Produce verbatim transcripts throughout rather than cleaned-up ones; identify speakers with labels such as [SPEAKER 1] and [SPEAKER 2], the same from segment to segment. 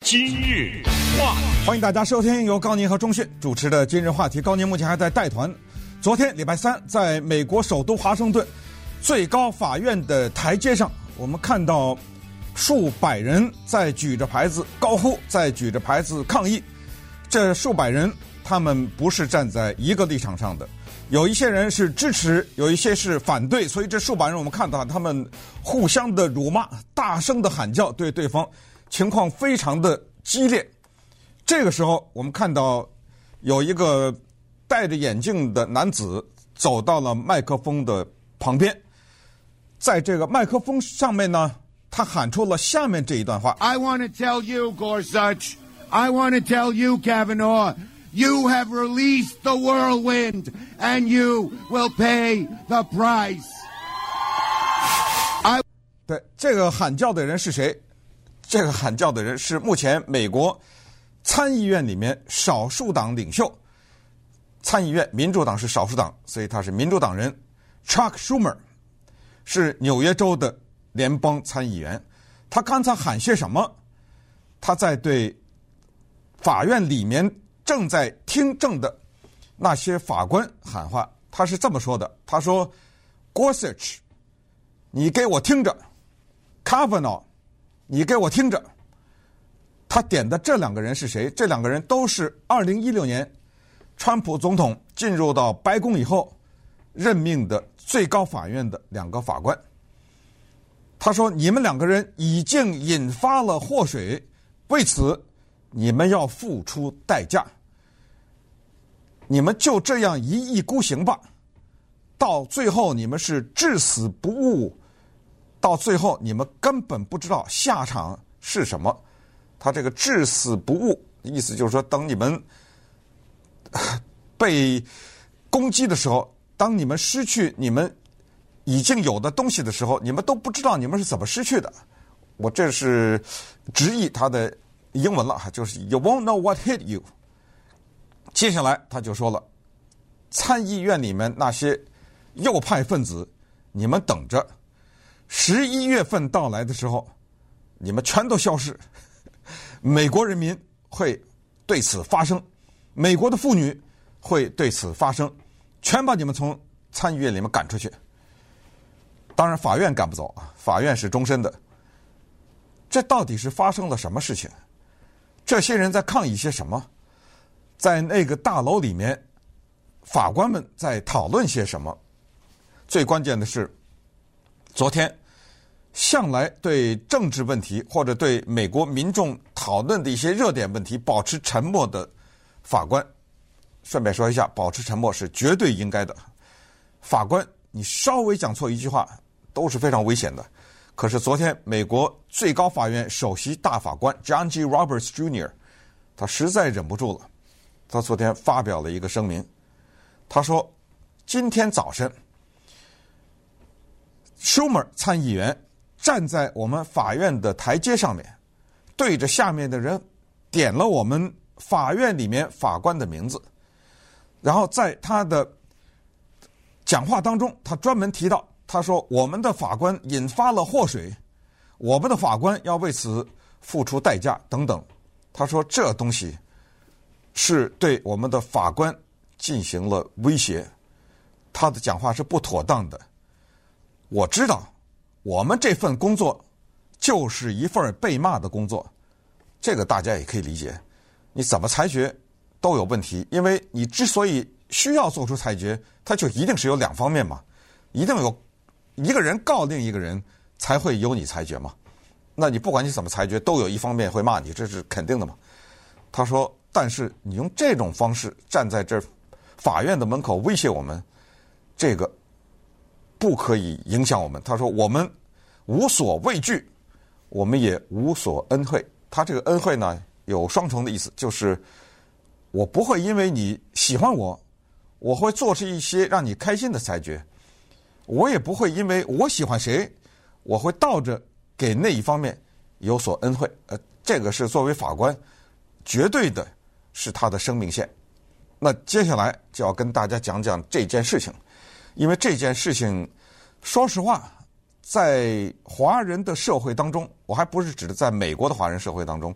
[SPEAKER 1] 今日话题，
[SPEAKER 2] 欢迎大家收听由高宁和钟迅主持的今日话题。高宁目前还在带团。昨天礼拜三，在美国首都华盛顿最高法院的台阶上，我们看到数百人在举着牌子高呼，在举着牌子抗议。这数百人他们不是站在一个立场上的，有一些人是支持，有一些是反对，所以这数百人我们看到他们互相的辱骂，大声的喊叫，对对方，情况非常的激烈。这个时候我们看到有一个戴着眼镜的男子走到了麦克风的旁边，在这个麦克风上面呢，他喊出了下面这一段话
[SPEAKER 3] I want to tell you, Gorsuch, I want to tell you, Kavanaugh, you have released the whirlwind, and you will pay the price. I
[SPEAKER 2] 对，这个喊叫的人是谁？这个喊叫的人是目前美国参议院里面少数党领袖，参议院民主党是少数党，所以他是民主党人 Chuck Schumer， 是纽约州的联邦参议员。他刚才喊些什么？他在对法院里面正在听证的那些法官喊话。他是这么说的，他说 Gorsuch， 你给我听着， Kavanaugh， 你给我听着。他点的这两个人是谁？这两个人都是二零一六年川普总统进入到白宫以后任命的最高法院的两个法官。他说，你们两个人已经引发了祸水，为此你们要付出代价。你们就这样一意孤行吧，到最后你们是至死不悟，到最后你们根本不知道下场是什么。他这个至死不悟意思就是说，等你们被攻击的时候，当你们失去你们已经有的东西的时候，你们都不知道你们是怎么失去的。我这是直译他的英文了，就是 You won't know what hit you。 接下来他就说了，参议院里面那些右派分子，你们等着，十一月份到来的时候，你们全都消失。美国人民会对此发声，美国的妇女会对此发声，全把你们从参议院里面赶出去。当然法院赶不走啊，法院是终身的。这到底是发生了什么事情？这些人在抗议些什么？在那个大楼里面，法官们在讨论些什么？最关键的是，昨天向来对政治问题或者对美国民众讨论的一些热点问题保持沉默的法官，顺便说一下，保持沉默是绝对应该的。法官你稍微讲错一句话都是非常危险的。可是昨天美国最高法院首席大法官 John G. Roberts Junior 他实在忍不住了，他昨天发表了一个声明，他说今天早晨 Schumer 参议员站在我们法院的台阶上面，对着下面的人点了我们法院里面法官的名字，然后在他的讲话当中，他专门提到，他说我们的法官引发了祸水，我们的法官要为此付出代价等等。他说这东西是对我们的法官进行了威胁，他的讲话是不妥当的。我知道我们这份工作就是一份被骂的工作，这个大家也可以理解，你怎么裁决都有问题，因为你之所以需要做出裁决，它就一定是有两方面嘛，一定有一个人告另一个人才会由你裁决嘛，那你不管你怎么裁决，都有一方面会骂你，这是肯定的嘛。他说但是你用这种方式站在这法院的门口威胁我们，这个不可以影响我们。他说我们无所畏惧，我们也无所恩惠。他这个恩惠呢有双重的意思，就是我不会因为你喜欢我，我会做出一些让你开心的裁决，我也不会因为我喜欢谁，我会倒着给那一方面有所恩惠。呃，这个是作为法官绝对的是他的生命线。那接下来就要跟大家讲讲这件事情，因为这件事情说实话在华人的社会当中，我还不是指的在美国的华人社会当中，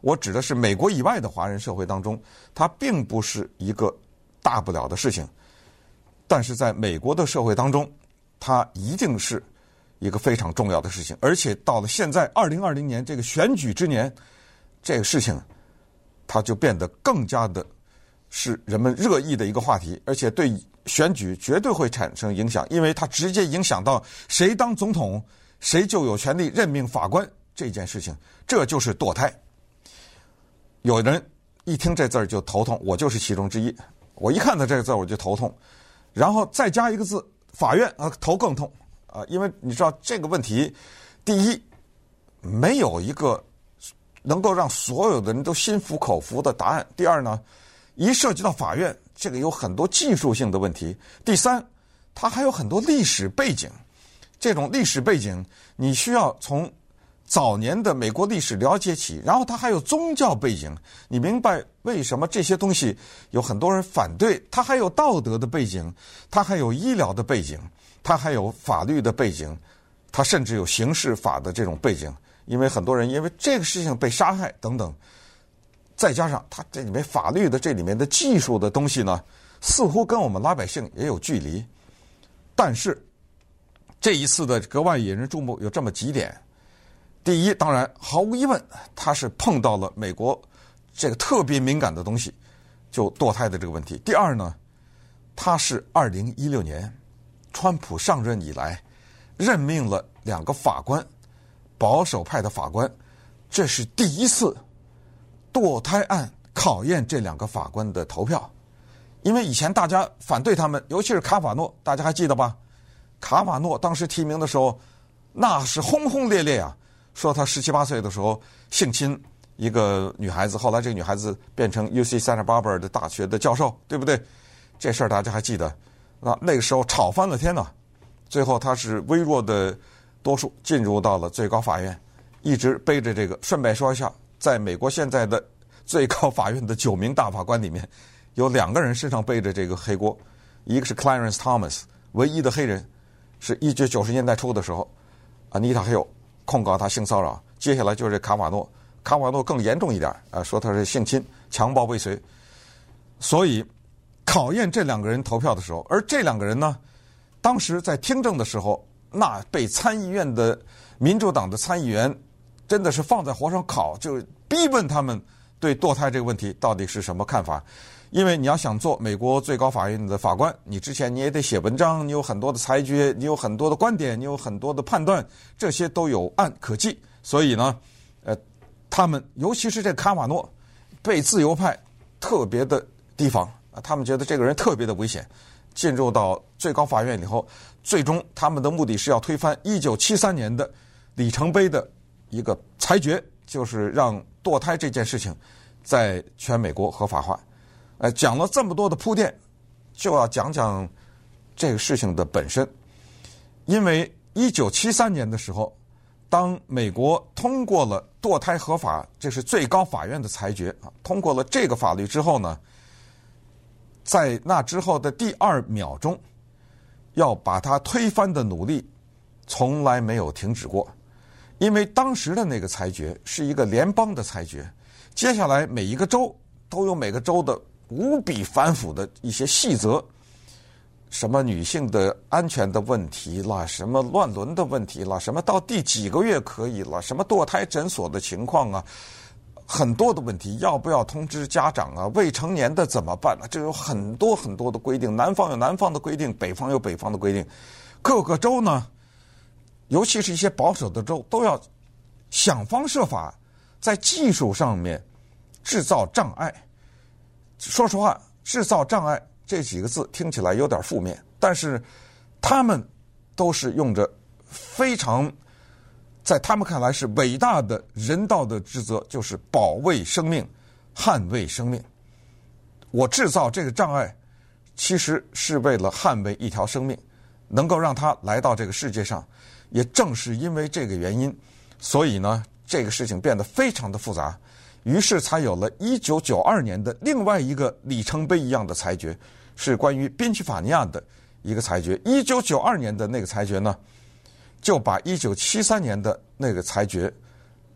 [SPEAKER 2] 我指的是美国以外的华人社会当中，它并不是一个大不了的事情，但是在美国的社会当中，它一定是一个非常重要的事情。而且到了现在二零二零年这个选举之年，这个事情它就变得更加的是人们热议的一个话题，而且对选举绝对会产生影响，因为它直接影响到谁当总统，谁就有权利任命法官这件事情，这就是堕胎。有人一听这字儿就头痛，我就是其中之一。我一看到这个字我就头痛，然后再加一个字法院啊，头更痛啊！因为你知道这个问题，第一，没有一个能够让所有的人都心服口服的答案；第二呢，一涉及到法院，这个有很多技术性的问题；第三，它还有很多历史背景。这种历史背景，你需要从早年的美国历史了解起，然后它还有宗教背景，你明白为什么这些东西有很多人反对，它还有道德的背景，它还有医疗的背景，它还有法律的背景，它甚至有刑事法的这种背景，因为很多人因为这个事情被杀害等等，再加上它这里面法律的这里面的技术的东西呢，似乎跟我们老百姓也有距离。但是这一次的格外引人注目有这么几点。第一，当然毫无疑问，他是碰到了美国这个特别敏感的东西，就堕胎的这个问题。第二呢，他是二零一六年川普上任以来任命了两个法官，保守派的法官，这是第一次堕胎案考验这两个法官的投票。因为以前大家反对他们，尤其是卡瓦诺，大家还记得吧？卡瓦诺当时提名的时候，那是轰轰烈烈啊，说他十七八岁的时候性侵一个女孩子，后来这个女孩子变成 U C Santa Barbara 的大学的教授，对不对？这事儿大家还记得？那那个时候吵翻了天呐，最后他是微弱的多数进入到了最高法院，一直背着这个。顺便说一下，在美国现在的最高法院的九名大法官里面，有两个人身上背着这个黑锅，一个是 Clarence Thomas， 唯一的黑人，是一九九十年代初的时候，安妮塔还有控告他性骚扰。接下来就是卡瓦诺，卡瓦诺更严重一点啊，说他是性侵、强暴未遂。所以考验这两个人投票的时候，而这两个人呢，当时在听证的时候，那被参议院的民主党的参议员真的是放在火上烤，就逼问他们对堕胎这个问题到底是什么看法。因为你要想做美国最高法院的法官，你之前你也得写文章，你有很多的裁决，你有很多的观点，你有很多的判断，这些都有案可记。所以呢，呃，他们尤其是这卡瓦诺被自由派特别的提防啊，他们觉得这个人特别的危险。进入到最高法院以后，最终他们的目的是要推翻一九七三年的里程碑的一个裁决，就是让堕胎这件事情在全美国合法化。呃，讲了这么多的铺垫，就要讲讲这个事情的本身。因为一九七三年的时候，当美国通过了堕胎合法，这是最高法院的裁决啊，通过了这个法律之后呢，在那之后的第二秒钟，要把它推翻的努力从来没有停止过。因为当时的那个裁决是一个联邦的裁决，接下来每一个州都有每个州的无比繁复的一些细则，什么女性的安全的问题啦，什么乱伦的问题啦，什么到第几个月可以了，什么堕胎诊所的情况啊，很多的问题，要不要通知家长啊，未成年的怎么办啊，这有很多很多的规定，南方有南方的规定，北方有北方的规定，各个州呢，尤其是一些保守的州，都要想方设法在技术上面制造障碍。说实话，制造障碍这几个字听起来有点负面，但是他们都是用着非常在他们看来是伟大的人道的职责，就是保卫生命，捍卫生命。我制造这个障碍其实是为了捍卫一条生命，能够让它来到这个世界上。也正是因为这个原因，所以呢，这个事情变得非常的复杂，于是才有了一九九二年的另外一个里程碑一样的裁决，是关于宾夕法尼亚的一个裁决。一九九二年的那个裁决呢，就把一九七三年的那个裁决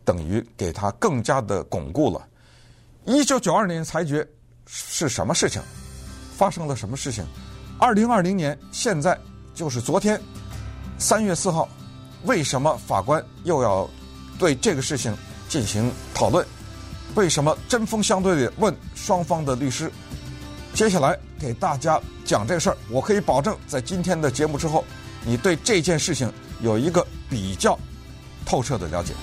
[SPEAKER 2] 等于给他更加的巩固了。一九九二年裁决是什么事情？发生了什么事情？二零二零年现在就是昨天三月四号，为什么法官又要对这个事情进行讨论？为什么针锋相对的问双方的律师？接下来给大家讲这个事儿，我可以保证在今天的节目之后，你对这件事情有一个比较透彻的了解。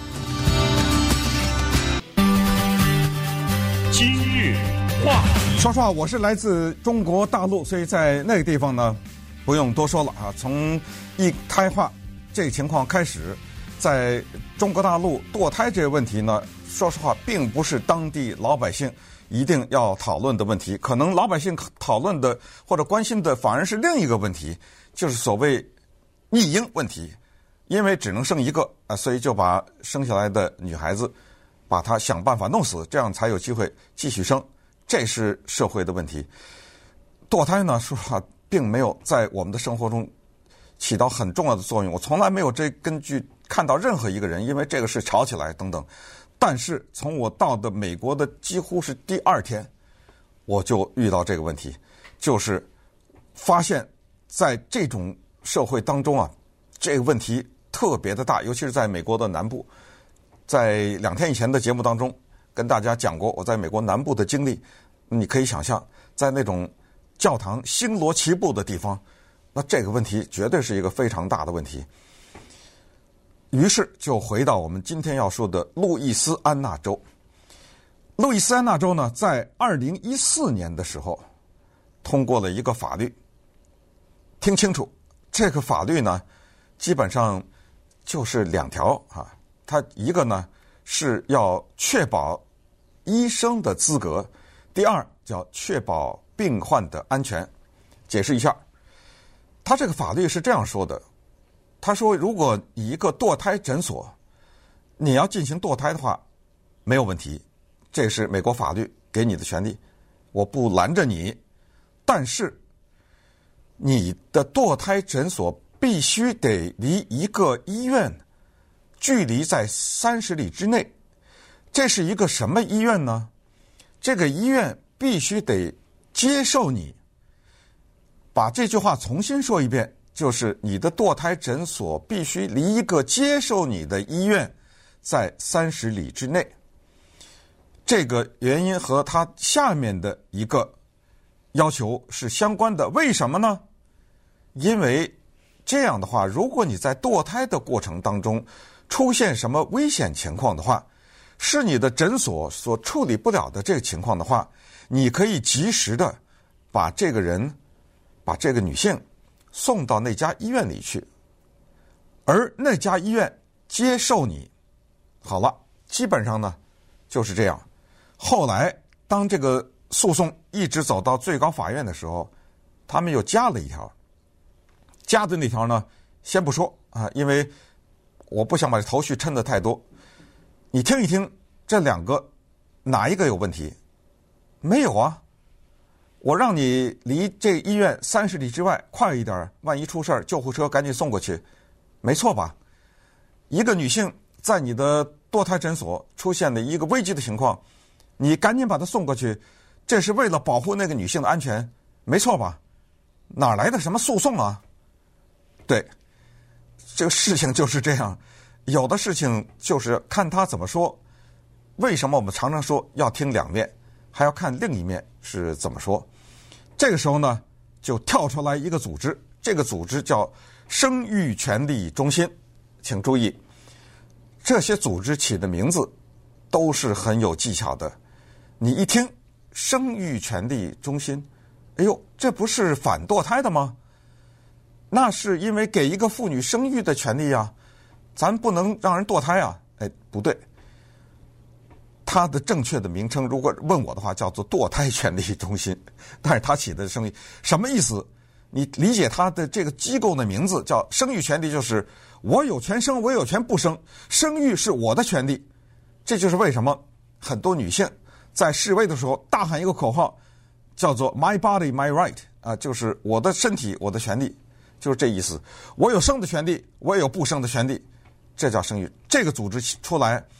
[SPEAKER 1] 今日话题，
[SPEAKER 2] 说实话，我是来自中国大陆，所以在那个地方呢，不用多说了啊。从一胎化这个情况开始，在中国大陆堕胎这个问题呢，说实话，并不是当地老百姓一定要讨论的问题。可能老百姓讨论的或者关心的反而是另一个问题，就是所谓逆婴问题。因为只能生一个啊，所以就把生下来的女孩子把她想办法弄死，这样才有机会继续生。这是社会的问题。堕胎呢，说实话，并没有在我们的生活中起到很重要的作用。我从来没有这根据看到任何一个人因为这个事吵起来等等。但是从我到的美国的几乎是第二天，我就遇到这个问题，就是发现在这种社会当中啊，这个问题特别的大，尤其是在美国的南部。在两天以前的节目当中跟大家讲过我在美国南部的经历，你可以想象在那种教堂星罗棋布的地方，那这个问题绝对是一个非常大的问题。于是就回到我们今天要说的路易斯安那州。路易斯安那州呢，在二零一四年的时候通过了一个法律，听清楚，这个法律呢基本上就是两条啊，它一个呢是要确保医生的资格，第二叫确保病患的安全。解释一下，他这个法律是这样说的，他说如果一个堕胎诊所你要进行堕胎的话没有问题，这是美国法律给你的权利，我不拦着你，但是你的堕胎诊所必须得离一个医院距离在三十里之内。这是一个什么医院呢？这个医院必须得接受你。把这句话重新说一遍，就是你的堕胎诊所必须离一个接受你的医院在三十里之内。这个原因和它下面的一个要求是相关的。为什么呢？因为这样的话，如果你在堕胎的过程当中出现什么危险情况的话，是你的诊所所处理不了的这个情况的话，你可以及时的把这个人把这个女性送到那家医院里去，而那家医院接受你。好了，基本上呢就是这样。后来当这个诉讼一直走到最高法院的时候，他们又加了一条，加的那条呢先不说啊，因为我不想把头绪抻得太多。你听一听这两个哪一个有问题？没有啊，我让你离这医院三十里之外快一点，万一出事儿救护车赶紧送过去，没错吧？一个女性在你的堕胎诊所出现了一个危机的情况，你赶紧把她送过去，这是为了保护那个女性的安全，没错吧？哪来的什么诉讼啊？对，这个事情就是这样，有的事情就是看他怎么说。为什么我们常常说要听两面，还要看另一面是怎么说？这个时候呢，就跳出来一个组织，这个组织叫生育权利中心。请注意，这些组织起的名字都是很有技巧的。你一听生育权利中心，哎呦，这不是反堕胎的吗？那是因为给一个妇女生育的权利啊，咱不能让人堕胎啊。哎，不对，它的正确的名称如果问我的话叫做堕胎权利中心，但是它起的生育什么意思？你理解它的这个机构的名字叫生育权利，就是我有权生，我有权不生，生育是我的权利。这就是为什么很多女性在示威的时候大喊一个口号，叫做 My body, my right 啊，就是我的身体，我的权利，就是这意思。我有生的权利，我也有不生的权利，这叫生育。这个组织出来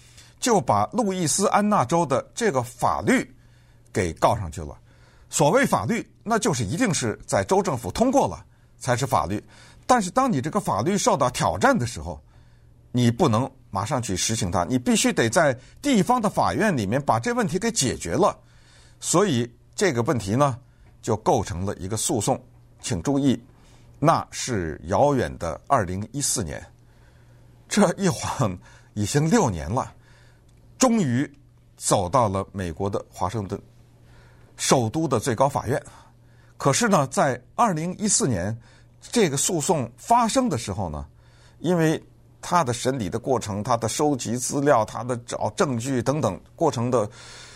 [SPEAKER 2] 就把路易斯安那州的这个法律给告上去了。所谓法律，那就是一定是在州政府通过了才是法律。但是当你这个法律受到挑战的时候，你不能马上去实行它，你必须得在地方的法院里面把这问题给解决了。所以这个问题呢，就构成了一个诉讼。请注意，那是遥远的二零一四年，这一晃已经六年了，终于走到了美国的华盛顿首都的最高法院。可是呢，在二零一四年这个诉讼发生的时候呢，因为他的审理的过程，他的收集资料，他的找证据等等过程的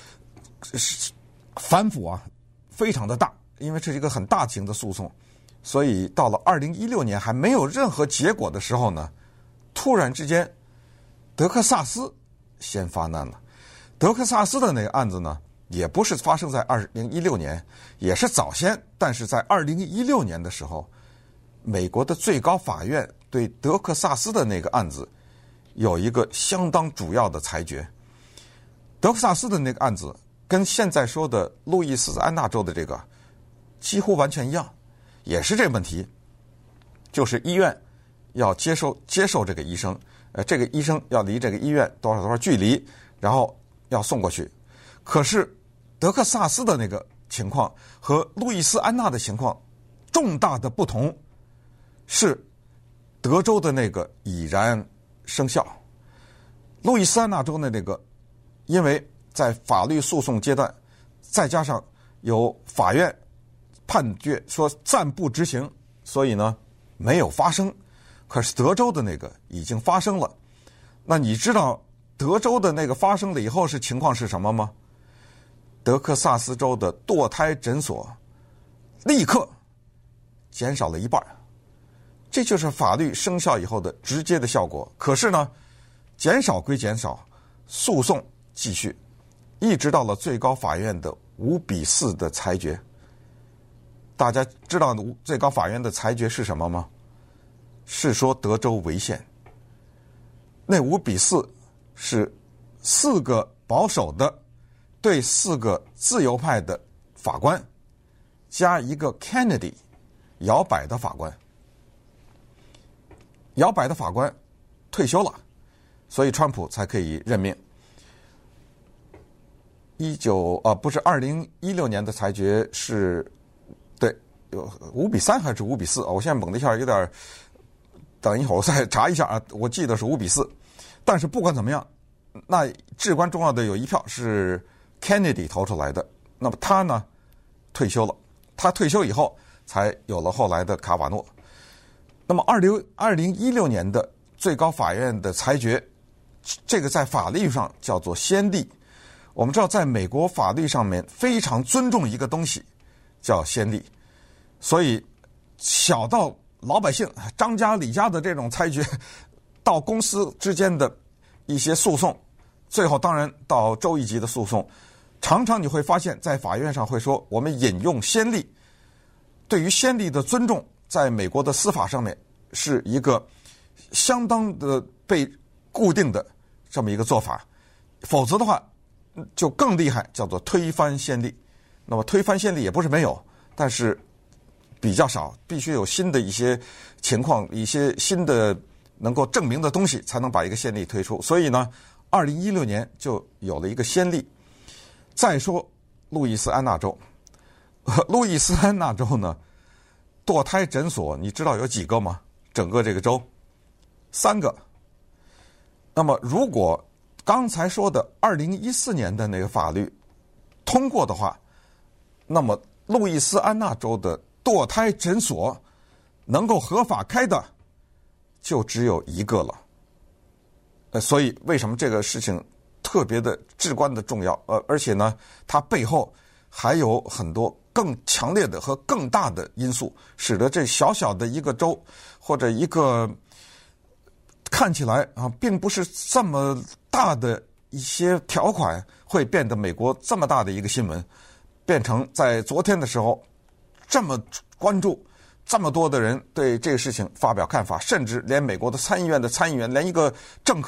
[SPEAKER 2] 反腐啊，非常的大，因为这是一个很大型的诉讼，所以到了二零一六年还没有任何结果的时候呢，突然之间德克萨斯先发难了。德克萨斯的那个案子呢，也不是发生在二零一六年，也是早先，但是在二零一六年的时候，美国的最高法院对德克萨斯的那个案子有一个相当主要的裁决。德克萨斯的那个案子跟现在说的路易斯安那州的这个几乎完全一样，也是这个问题，就是医院要接受接受这个医生，呃，这个医生要离这个医院多少多少距离，然后要送过去。可是德克萨斯的那个情况和路易斯安那的情况重大的不同是，德州的那个已然生效，路易斯安那州的那个，因为在法律诉讼阶段，再加上有法院判决说暂不执行，所以呢没有发生。可是德州的那个已经发生了。那你知道德州的那个发生了以后是情况是什么吗？德克萨斯州的堕胎诊所立刻减少了一半，这就是法律生效以后的直接的效果。可是呢，减少归减少，诉讼继续，一直到了最高法院的五比四的裁决。大家知道最高法院的裁决是什么吗？是说德州违宪。那五比四是四个保守的对四个自由派的法官加一个 Kennedy 摇摆的法官，摇摆的法官退休了，所以川普才可以任命。一九啊不是二零一六年的裁决是对有五比三还是五比四？我现在猛的一下有点，等一会儿我再查一下啊，我记得是五比四。但是不管怎么样，那至关重要的有一票是 Kennedy 投出来的，那么他呢退休了，他退休以后才有了后来的卡瓦诺。那么二零二零一六年的最高法院的裁决，这个在法律上叫做先例。我们知道在美国法律上面非常尊重一个东西叫先例，所以小到老百姓张家李家的这种裁决，到公司之间的一些诉讼，最后当然到州一级的诉讼，常常你会发现在法院上会说我们引用先例。对于先例的尊重在美国的司法上面是一个相当的被固定的这么一个做法，否则的话就更厉害，叫做推翻先例。那么推翻先例也不是没有，但是比较少，必须有新的一些情况，一些新的能够证明的东西才能把一个先例推出。所以呢二零一六年就有了一个先例。再说路易斯安那州，路易斯安那州呢堕胎诊所你知道有几个吗？整个这个州三个。那么如果刚才说的二零一四年的那个法律通过的话，那么路易斯安那州的堕胎诊所能够合法开的就只有一个了。呃，所以为什么这个事情特别的至关的重要？呃，而且呢，它背后还有很多更强烈的和更大的因素，使得这小小的一个州或者一个看起来啊并不是这么大的一些条款，会变得美国这么大的一个新闻，变成在昨天的时候这么关注，这么多的人对这个事情发表看法，甚至连美国的参议院的参议员，连一个政客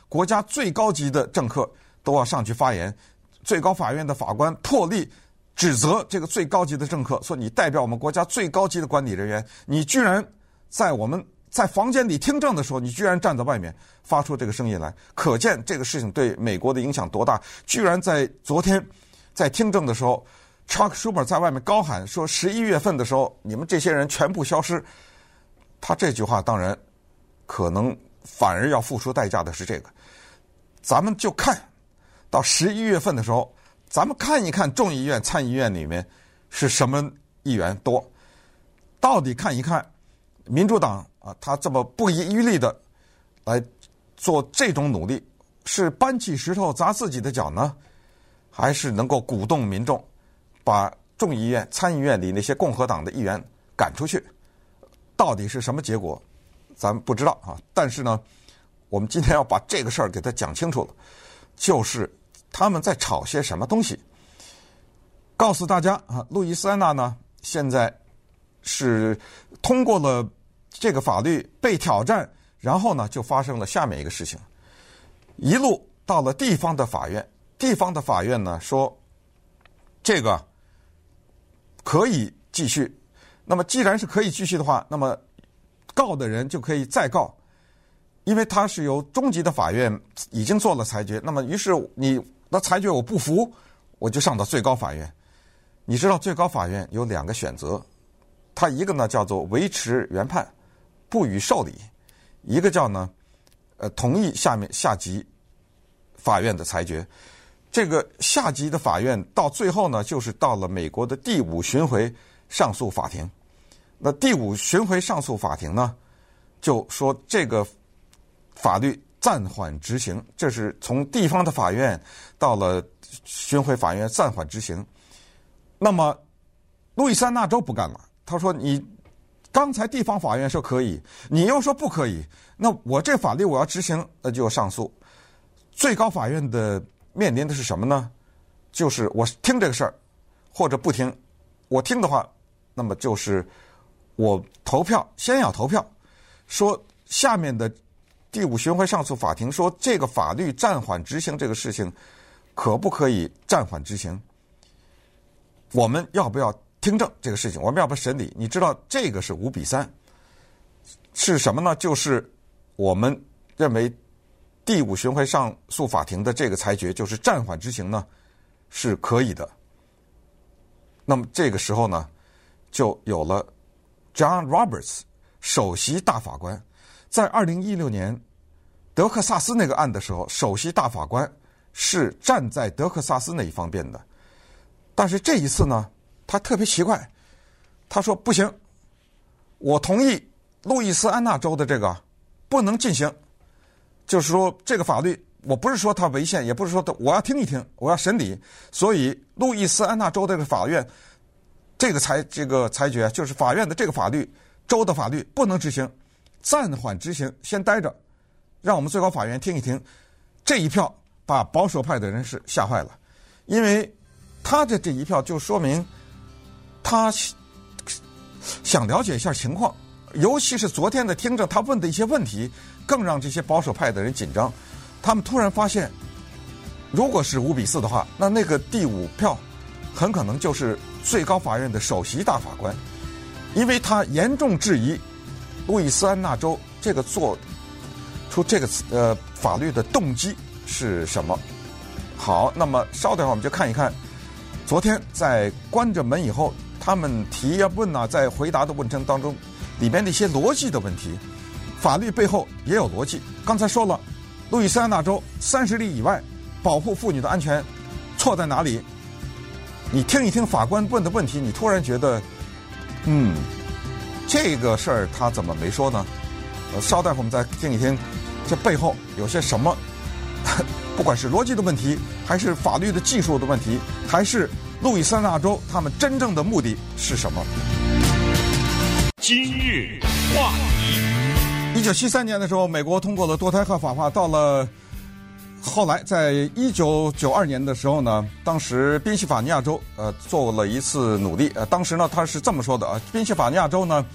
[SPEAKER 2] 国家最高级的政客都要上去发言，最高法院的法官破例指责这个最高级的政客，说你代表我们国家最高级的管理人员，你居然在我们在房间里听证的时候，你居然站在外面发出这个声音来，可见这个事情对美国的影响多大。居然在昨天在听证的时候，Chuck Schumer 在外面高喊说十一月份的时候你们这些人全部消失。他这句话当然可能反而要付出代价的是这个。咱们就看到十一月份的时候，咱们看一看众议院参议院里面是什么议员多，到底看一看民主党啊，他这么不遗余力的来做这种努力，是搬起石头砸自己的脚呢，还是能够鼓动民众把众议院参议院里那些共和党的议员赶出去？到底是什么结果咱们不知道啊。但是呢，我们今天要把这个事儿给他讲清楚了，就是他们在吵些什么东西。告诉大家啊，路易斯安那呢现在是通过了这个法律被挑战，然后呢就发生了下面一个事情，一路到了地方的法院，地方的法院呢说这个可以继续。那么既然是可以继续的话，那么告的人就可以再告，因为他是由中级的法院已经做了裁决。那么于是你的裁决我不服，我就上到最高法院。你知道最高法院有两个选择，它一个呢叫做维持原判，不予受理；一个叫呢，呃，同意下面下级法院的裁决。这个下级的法院到最后呢，就是到了美国的第五巡回上诉法庭。那第五巡回上诉法庭呢，就说这个法律暂缓执行，这是从地方的法院到了巡回法院暂缓执行。那么路易斯安那州不干了，他说你刚才地方法院说可以，你又说不可以，那我这法律我要执行，那就要上诉。最高法院的面临的是什么呢？就是我听这个事儿或者不听。我听的话，那么就是我投票，先要投票，说下面的第五巡回上诉法庭说这个法律暂缓执行这个事情可不可以暂缓执行？我们要不要听证这个事情？我们要不要审理？你知道这个是五比三，是什么呢？就是我们认为第五巡回上诉法庭的这个裁决就是暂缓执行呢是可以的。那么这个时候呢，就有了 John Roberts 首席大法官。在二零一六年德克萨斯那个案的时候，首席大法官是站在德克萨斯那一方面的。但是这一次呢，他特别奇怪，他说不行，我同意路易斯安那州的这个不能进行，就是说这个法律我不是说它违宪，也不是说它我要听一听，我要审理，所以路易斯安那州的这个法院这个裁这个裁决就是法院的这个法律，州的法律不能执行，暂缓执行，先待着，让我们最高法院听一听。这一票把保守派的人士吓坏了，因为他的这一票就说明他想了解一下情况，尤其是昨天的听证，他问的一些问题更让这些保守派的人紧张。他们突然发现，如果是五比四的话，那那个第五票很可能就是最高法院的首席大法官，因为他严重质疑路易斯安那州这个做出这个呃法律的动机是什么。好，那么稍等会儿我们就看一看昨天在关着门以后，他们提呀问啊，在回答的过程当中，里面的一些逻辑的问题，法律背后也有逻辑。刚才说了，路易斯安那州三十里以外保护妇女的安全错在哪里？你听一听法官问的问题，你突然觉得，嗯，这个事儿他怎么没说呢？呃，稍待会儿我们再听一听，这背后有些什么？不管是逻辑的问题，还是法律的技术的问题，还是路易斯安那州他们真正的目的是什么？
[SPEAKER 1] 今日话题。
[SPEAKER 2] 一九七三年的时候，美国通过了堕胎合法化。到了后来，在一九九二年的时候呢，当时宾夕法尼亚州呃做了一次努力。呃，当时呢他是这么说的啊，宾夕法尼亚州呢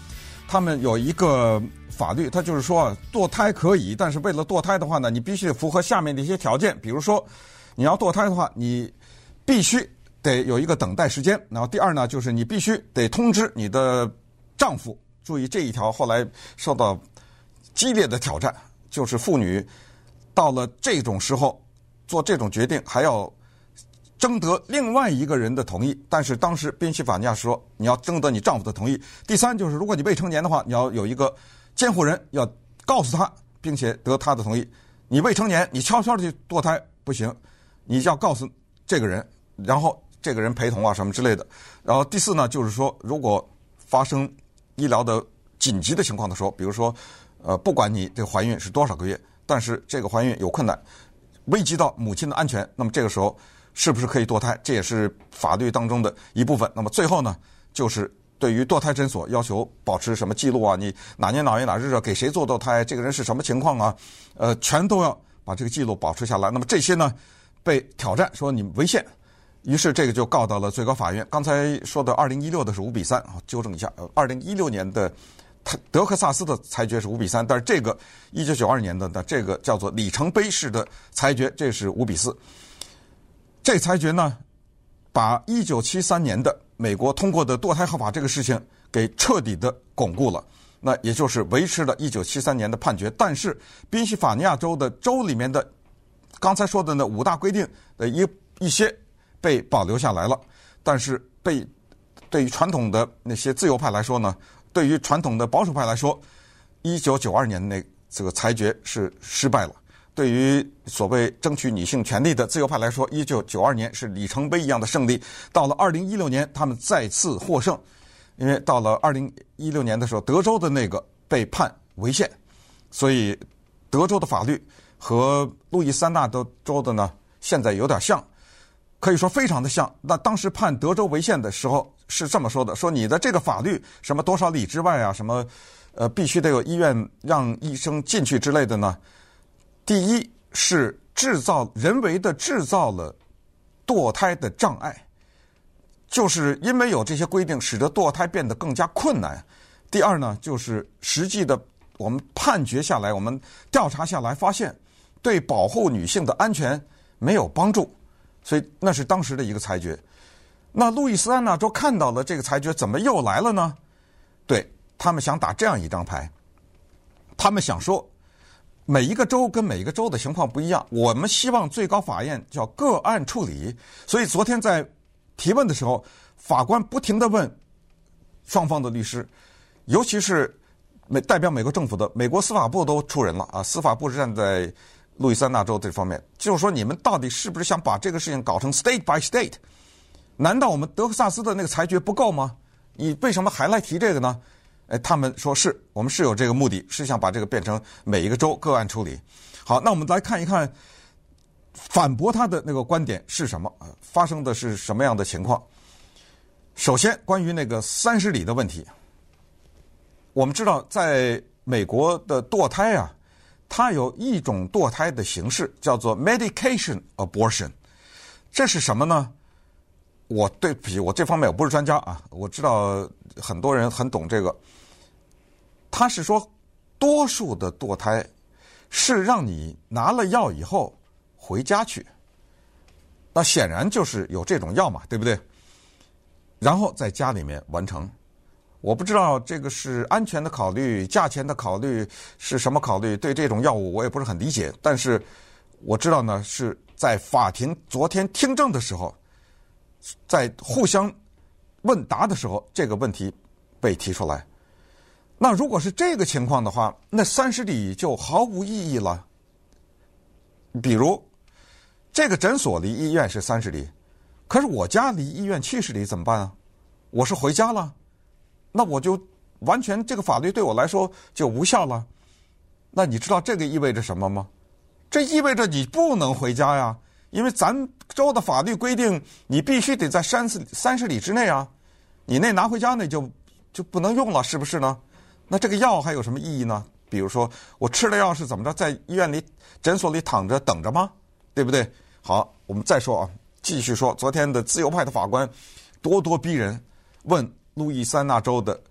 [SPEAKER 2] 他们有一个法律，它就是说堕胎可以，但是为了堕胎的话呢，你必须符合下面的一些条件，比如说你要堕胎的话，你必须得有一个等待时间。然后第二呢，就是你必须得通知你的丈夫。注意这一条后来受到激烈的挑战，就是妇女到了这种时候做这种决定还要征得另外一个人的同意，但是当时宾夕法尼亚说你要征得你丈夫的同意。第三就是如果你未成年的话，你要有一个监护人，要告诉他并且得他的同意。你未成年你悄悄的去堕胎不行，你要告诉这个人，然后这个人陪同啊什么之类的。然后第四呢，就是说如果发生医疗的紧急的情况的时候，比如说呃，不管你这个怀孕是多少个月，但是这个怀孕有困难，危及到母亲的安全，那么这个时候是不是可以堕胎，这也是法律当中的一部分。那么最后呢，就是对于堕胎诊所要求保持什么记录啊，你哪年哪月哪日啊给谁做堕胎，这个人是什么情况啊，呃，全都要把这个记录保持下来。那么这些呢被挑战说你违宪，于是这个就告到了最高法院。刚才说的二零一六的是五比三啊，纠正一下，二零一六年的德克萨斯的裁决是五比三，但是这个一九九二年的呢，这个叫做里程碑式的裁决，这是五比四。这裁决呢，把一九七三年的美国通过的堕胎合法这个事情给彻底的巩固了，那也就是维持了一九七三年的判决。但是宾夕法尼亚州的州里面的刚才说的那五大规定的一一些被保留下来了，但是被对于传统的那些自由派来说呢，对于传统的保守派来说，一九九二年那这个裁决是失败了。对于所谓争取女性权利的自由派来说，一九九二年是里程碑一样的胜利。到了二零一六年，他们再次获胜，因为到了二零一六年的时候，德州的那个被判违宪，所以德州的法律和路易斯安那州的呢，现在有点像，可以说非常的像。那当时判德州违宪的时候是这么说的，说你的这个法律什么多少里之外啊，什么呃必须得有医院让医生进去之类的呢，第一是制造人为的制造了堕胎的障碍，就是因为有这些规定使得堕胎变得更加困难。第二呢，就是实际的我们判决下来，我们调查下来发现对保护女性的安全没有帮助，所以那是当时的一个裁决。那路易斯安那州看到了这个裁决，怎么又来了呢？对，他们想打这样一张牌，他们想说每一个州跟每一个州的情况不一样，我们希望最高法院叫个案处理。所以昨天在提问的时候，法官不停地问双方的律师，尤其是美代表美国政府的美国司法部都出人了啊，司法部是站在路易斯安那州这方面，就是说你们到底是不是想把这个事情搞成 state by state？ 难道我们德克萨斯的那个裁决不够吗？你为什么还来提这个呢？哎，他们说是我们是有这个目的，是想把这个变成每一个州个案处理。好，那我们来看一看反驳他的那个观点是什么，发生的是什么样的情况。首先关于那个三十里的问题，我们知道在美国的堕胎啊，它有一种堕胎的形式叫做 medication abortion。 这是什么呢？我对不起，我这方面我不是专家啊，我知道很多人很懂这个。他是说多数的堕胎是让你拿了药以后回家去，那显然就是有这种药嘛，对不对？然后在家里面完成。我不知道这个是安全的考虑，价钱的考虑，是什么考虑，对这种药物我也不是很理解。但是我知道呢，是在法庭昨天听证的时候，在互相问答的时候，这个问题被提出来。那如果是这个情况的话，那三十里就毫无意义了。比如这个诊所离医院是三十里，可是我家离医院七十里怎么办啊？我是回家了，那我就完全这个法律对我来说就无效了。那你知道这个意味着什么吗？这意味着你不能回家呀，因为咱州的法律规定你必须得在三十三十里之内啊，你那拿回家那就就不能用了，是不是呢？那这个药还有什么意义呢？比如说我吃了药是怎么着，在医院里诊所里躺着等着吗？对不对？好，我们再说啊，继续说，昨天的自由派的法官咄咄逼人，问路易斯安那州的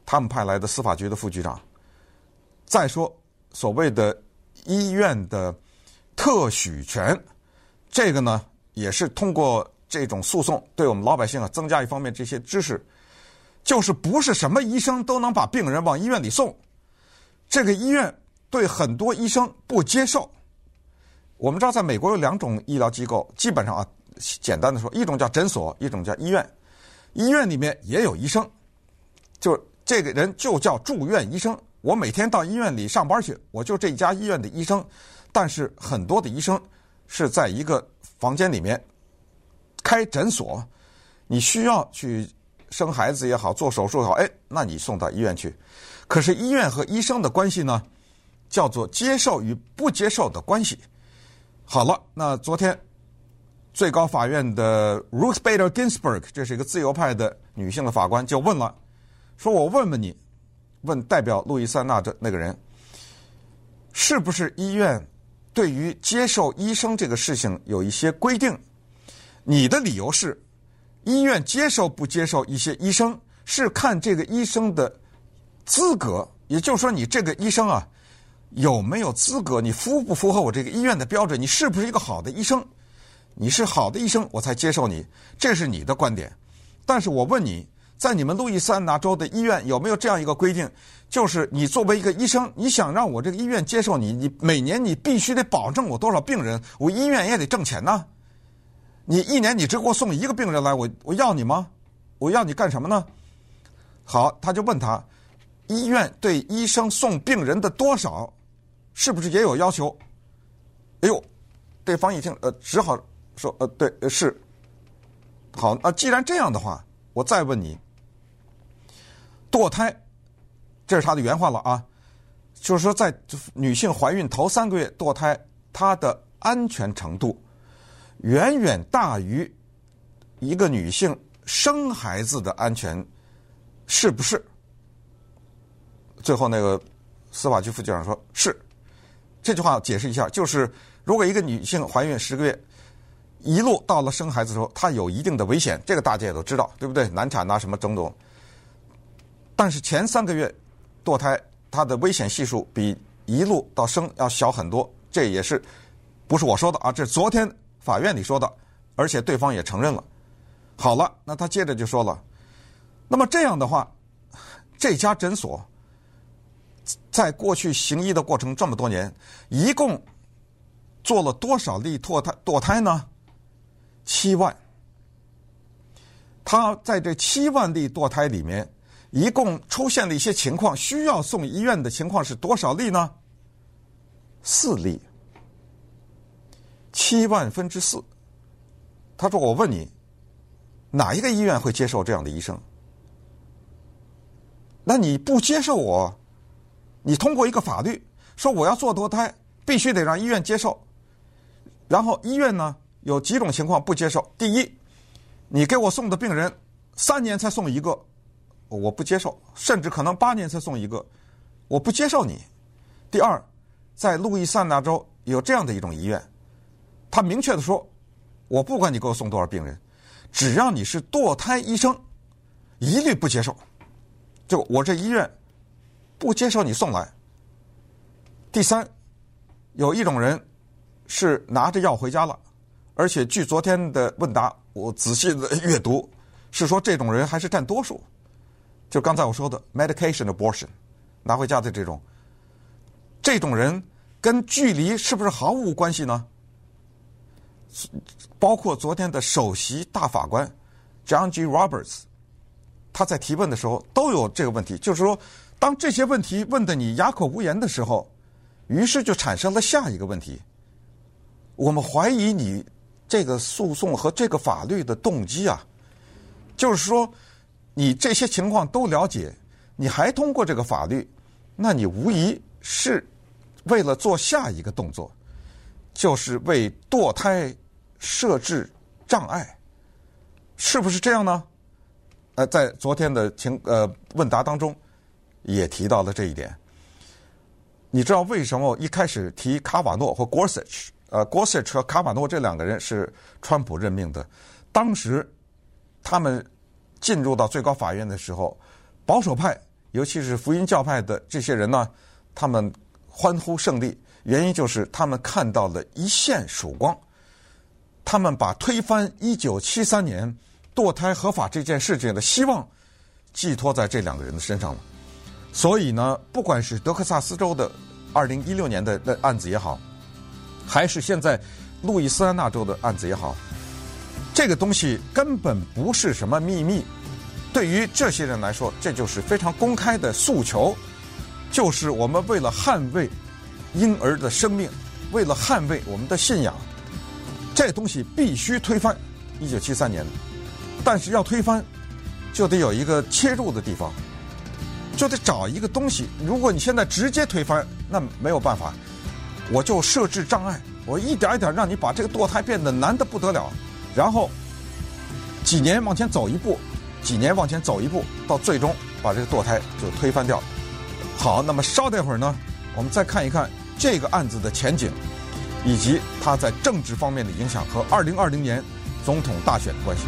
[SPEAKER 2] 他们派来的司法局的副局长。再说所谓的医院的特许权，这个呢也是通过这种诉讼对我们老百姓啊增加一方面这些知识，就是不是什么医生都能把病人往医院里送，这个医院对很多医生不接受。我们知道在美国有两种医疗机构，基本上啊简单的说，一种叫诊所，一种叫医院。医院里面也有医生，就这个人就叫住院医生，我每天到医院里上班去，我就这一家医院的医生。但是很多的医生是在一个房间里面开诊所，你需要去生孩子也好，做手术也好，哎，那你送到医院去。可是医院和医生的关系呢，叫做接受与不接受的关系。好了，那昨天最高法院的 Ruth Bader Ginsburg， 这是一个自由派的女性的法官，就问了，说我问问你，问代表路易斯安那这那个人，是不是医院对于接受医生这个事情有一些规定？你的理由是，医院接受不接受一些医生是看这个医生的资格，也就是说你这个医生啊有没有资格，你符不符合我这个医院的标准，你是不是一个好的医生，你是好的医生我才接受你，这是你的观点。但是我问你，在你们路易斯安那州的医院有没有这样一个规定，就是你作为一个医生，你想让我这个医院接受你，你每年你必须得保证我多少病人，我医院也得挣钱呢。你一年你只给我送一个病人来，我我要你吗？我要你干什么呢？好，他就问他，医院对医生送病人的多少是不是也有要求？哎呦，对方一听，呃，只好说，呃，对，呃是。好，那既然这样的话，我再问你，堕胎，这是他的原话了啊，就是说在女性怀孕头三个月堕胎，它的安全程度远远大于一个女性生孩子的安全，是不是？最后那个司法局副局长说是。这句话解释一下，就是如果一个女性怀孕十个月，一路到了生孩子的时候，她有一定的危险，这个大家也都知道，对不对？难产啊什么种种。但是前三个月堕胎，它的危险系数比一路到生要小很多，这也是不是我说的啊？这是昨天法院里说的，而且对方也承认了。好了，那他接着就说了，那么这样的话，这家诊所在过去行医的过程这么多年，一共做了多少例堕胎堕胎呢？七万。他在这七万例堕胎里面，一共出现了一些情况需要送医院的情况是多少例呢？四例。七万分之四。他说：“我问你，哪一个医院会接受这样的医生？那你不接受我，你通过一个法律说我要做堕胎，必须得让医院接受。然后医院呢有几种情况不接受。第一，你给我送的病人三年才送一个，我不接受，甚至可能八年才送一个，我不接受你。第二，在路易斯安那州有这样的一种医院，他明确的说，我不管你给我送多少病人，只要你是堕胎医生，一律不接受，就我这医院不接受你送来。第三，有一种人是拿着药回家了，而且据昨天的问答我仔细的阅读，是说这种人还是占多数，就刚才我说的 medication abortion 拿回家的这种这种人跟距离是不是毫无关系呢？包括昨天的首席大法官 John G. Roberts， 他在提问的时候都有这个问题，就是说当这些问题问得你哑口无言的时候，于是就产生了下一个问题，我们怀疑你这个诉讼和这个法律的动机啊，就是说你这些情况都了解，你还通过这个法律，那你无疑是为了做下一个动作，就是为堕胎设置障碍，是不是这样呢？呃，在昨天的情呃问答当中也提到了这一点。你知道为什么我一开始提卡瓦诺或 Gorsuch？ 呃 ，Gorsuch 和卡瓦诺这两个人是川普任命的，当时他们进入到最高法院的时候，保守派尤其是福音教派的这些人呢，他们欢呼胜利，原因就是他们看到了一线曙光，他们把推翻一九七三年堕胎合法这件事情的希望寄托在这两个人的身上了。所以呢，不管是德克萨斯州的二零一六年的案子也好，还是现在路易斯安那州的案子也好，这个东西根本不是什么秘密。对于这些人来说，这就是非常公开的诉求，就是我们为了捍卫婴儿的生命，为了捍卫我们的信仰，这东西必须推翻一九七三年。但是要推翻，就得有一个切入的地方，就得找一个东西。如果你现在直接推翻，那没有办法，我就设置障碍，我一点一点让你把这个堕胎变得难得不得了，然后几年往前走一步，几年往前走一步，到最终把这个堕胎就推翻掉。好，那么稍待会儿呢，我们再看一看这个案子的前景，以及它在政治方面的影响和二零二零年总统大选的关系。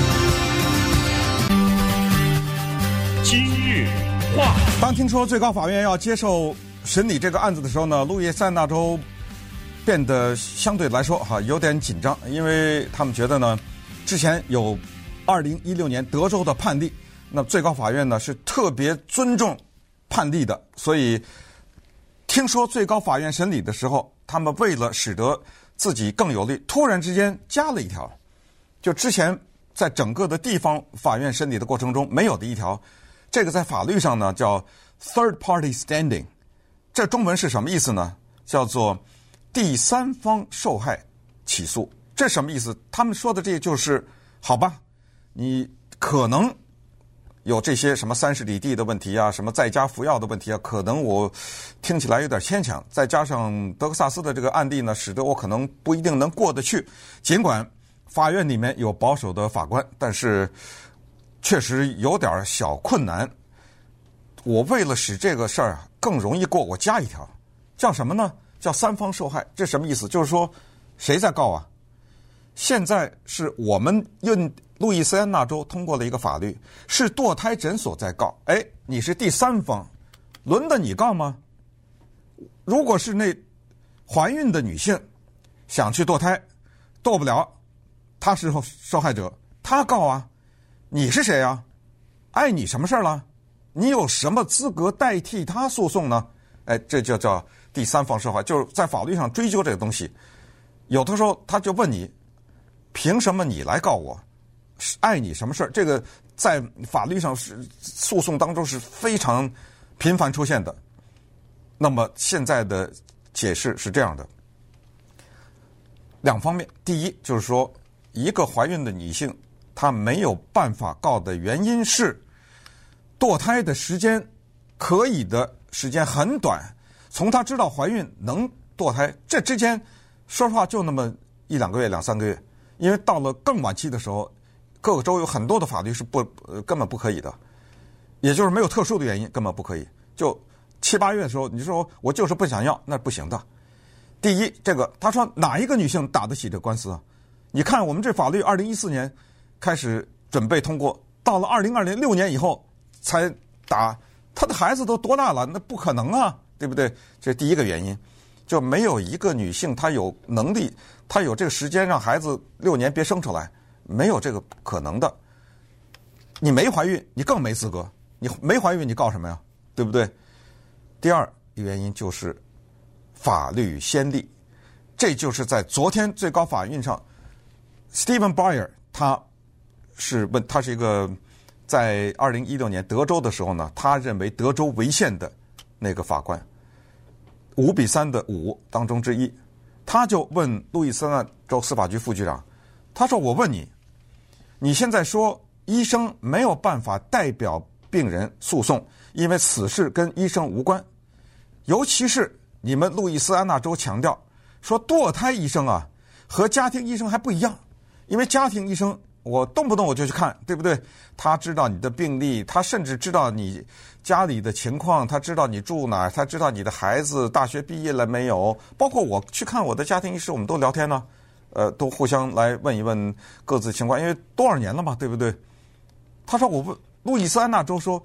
[SPEAKER 1] 今日话题，
[SPEAKER 2] 当听说最高法院要接受审理这个案子的时候呢，路易斯安那州变得相对来说哈有点紧张，因为他们觉得呢，之前有二零一六年德州的判例，那最高法院呢是特别尊重判例的，所以听说最高法院审理的时候，他们为了使得自己更有利，突然之间加了一条，就之前在整个的地方法院审理的过程中没有的一条。这个在法律上呢叫 third party standing， 这中文是什么意思呢？叫做第三方受害起诉。这什么意思？他们说的这就是好吧，你可能有这些什么三十里地的问题啊，什么在家服药的问题啊，可能我听起来有点牵强，再加上德克萨斯的这个案例呢，使得我可能不一定能过得去。尽管法院里面有保守的法官，但是确实有点小困难。我为了使这个事儿更容易过，我加一条，叫什么呢？叫三方受害。这什么意思？就是说谁在告啊？现在是我们用路易斯安那州通过了一个法律，是堕胎诊所在告。哎，你是第三方，轮得你告吗？如果是那怀孕的女性想去堕胎，堕不了，她是受害者，她告啊。你是谁啊？碍你什么事儿了？你有什么资格代替他诉讼呢？哎，这就叫第三方受害，就是在法律上追究这个东西。有的时候他就问你，凭什么你来告我？碍你什么事儿？这个在法律上是诉讼当中是非常频繁出现的。那么现在的解释是这样的，两方面。第一就是说，一个怀孕的女性她没有办法告的原因是堕胎的时间可以的时间很短，从她知道怀孕能堕胎这之间说实话就那么一两个月两三个月，因为到了更晚期的时候，各个州有很多的法律是不、呃、根本不可以的，也就是没有特殊的原因根本不可以。就七八月的时候你说我就是不想要，那不行的。第一，这个他说哪一个女性打得起这官司啊？你看我们这法律二零一四年开始准备通过，到了二零二零六年以后才打，他的孩子都多大了？那不可能啊，对不对？这是第一个原因，就没有一个女性她有能力，她有这个时间让孩子六年别生出来，没有这个可能的。你没怀孕，你更没资格。你没怀孕，你告什么呀？对不对？第二个原因就是法律先例，这就是在昨天最高法院上 ，Stephen Breyer 他是问，他是一个在二零一六年德州的时候呢，他认为德州违宪的那个法官，五比三的五当中之一，他就问路易斯安那州司法局副局长，他说：“我问你，你现在说医生没有办法代表病人诉讼，因为此事跟医生无关，尤其是你们路易斯安那州强调说堕胎医生啊和家庭医生还不一样，因为家庭医生我动不动我就去看，对不对？他知道你的病历，他甚至知道你家里的情况，他知道你住哪儿，他知道你的孩子大学毕业了没有，包括我去看我的家庭医师，我们都聊天呢，呃，都互相来问一问各自情况，因为多少年了嘛，对不对？他说我问路易斯安那州说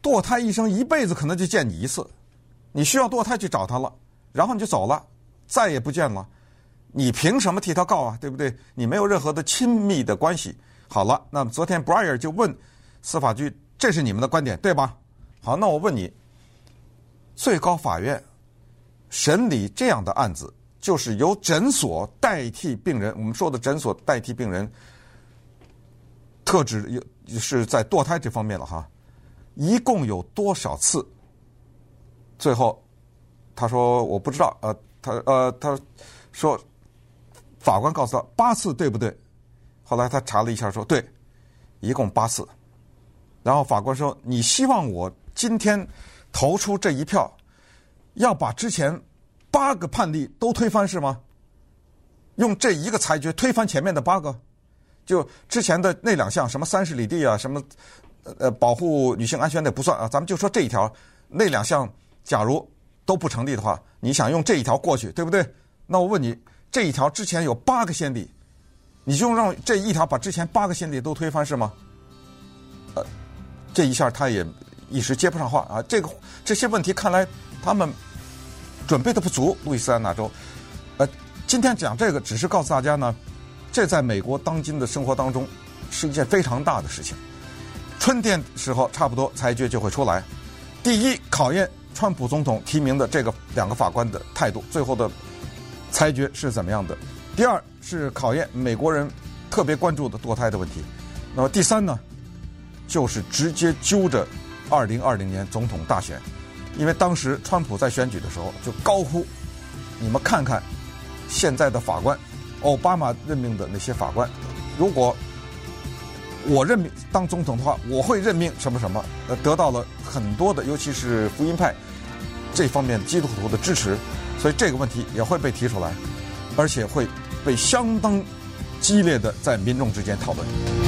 [SPEAKER 2] 堕胎医生一辈子可能就见你一次，你需要堕胎去找他了，然后你就走了，再也不见了，你凭什么替他告啊？对不对？你没有任何的亲密的关系。好了，那么昨天 Breyer 就问司法局，这是你们的观点对吧？好，那我问你，最高法院审理这样的案子，就是由诊所代替病人，我们说的诊所代替病人，特指是在堕胎这方面了哈，一共有多少次？最后他说我不知道，呃，他呃他说法官告诉他八次，对不对？后来他查了一下说对，一共八次。然后法官说，你希望我今天投出这一票，要把之前八个判例都推翻是吗？用这一个裁决推翻前面的八个？就之前的那两项，什么三十里地啊，什么呃保护女性安全的不算啊，咱们就说这一条，那两项假如都不成立的话，你想用这一条过去，对不对？那我问你，这一条之前有八个先例，你就让这一条把之前八个先例都推翻是吗？呃，这一下他也一时接不上话啊。这个这些问题看来他们准备的不足。路易斯安那州，呃，今天讲这个只是告诉大家呢，这在美国当今的生活当中是一件非常大的事情。春天时候差不多裁决就会出来。第一，考验川普总统提名的这个两个法官的态度，最后的裁决是怎么样的。第二是考验美国人特别关注的堕胎的问题。那么第三呢，就是直接揪着二零二零年总统大选，因为当时川普在选举的时候就高呼，你们看看现在的法官，奥巴马任命的那些法官，如果我任命当总统的话，我会任命什么什么，呃，得到了很多的，尤其是福音派这方面基督徒的支持，所以这个问题也会被提出来，而且会被相当激烈的在民众之间讨论。